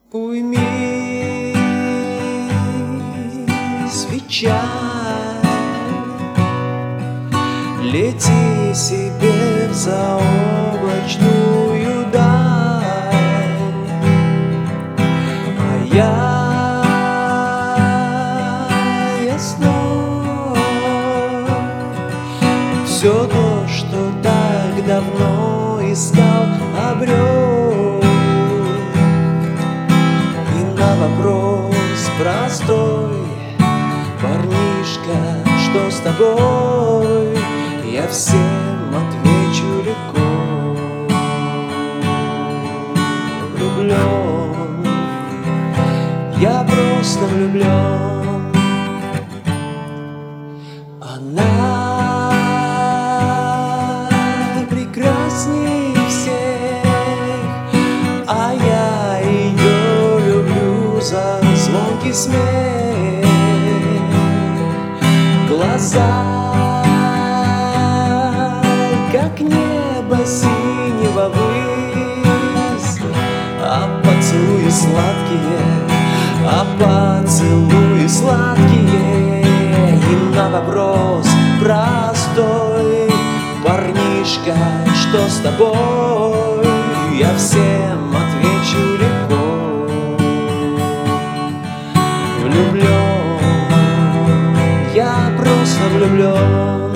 Уймись, печаль, лети себе в заоблачную даль, а я снова все то, что так давно искал, обрел. И на вопрос простой: парнишка, что с тобой? Я всем отвечу легко: влюблен, я просто влюблен. Она прекрасней всех, а я ее люблю за звонкий смех. Глаза как небо синего высь, а поцелуи сладкие. И на вопрос простой: парнишка, что с тобой? Я всем отвечу легко: влюблен, я просто влюблен.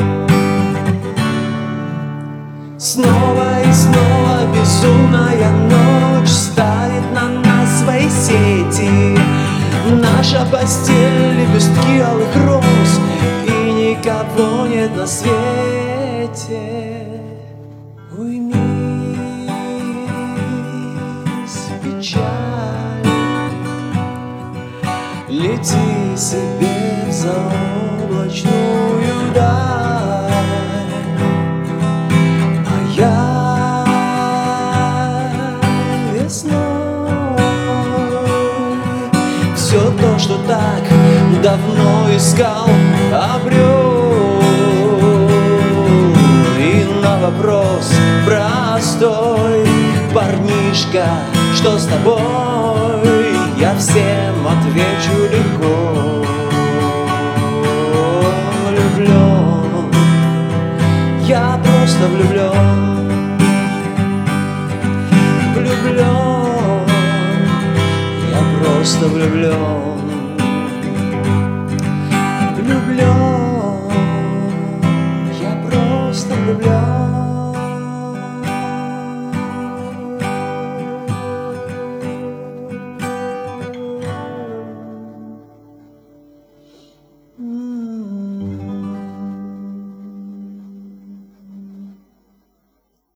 Снова и снова безумная ночь ставит на нас свои сети. Наша постель — лепестки алых роз, и никого нет на свете. Уймись, печаль, лети себе в заоблачную даль, а я весной все то, что так давно искал, обрел. И на вопрос простой: парнишка, что с тобой? Я всем отвечу легко: влюблен, я просто влюблен. Влюблен, я просто влюблен. Влюблен.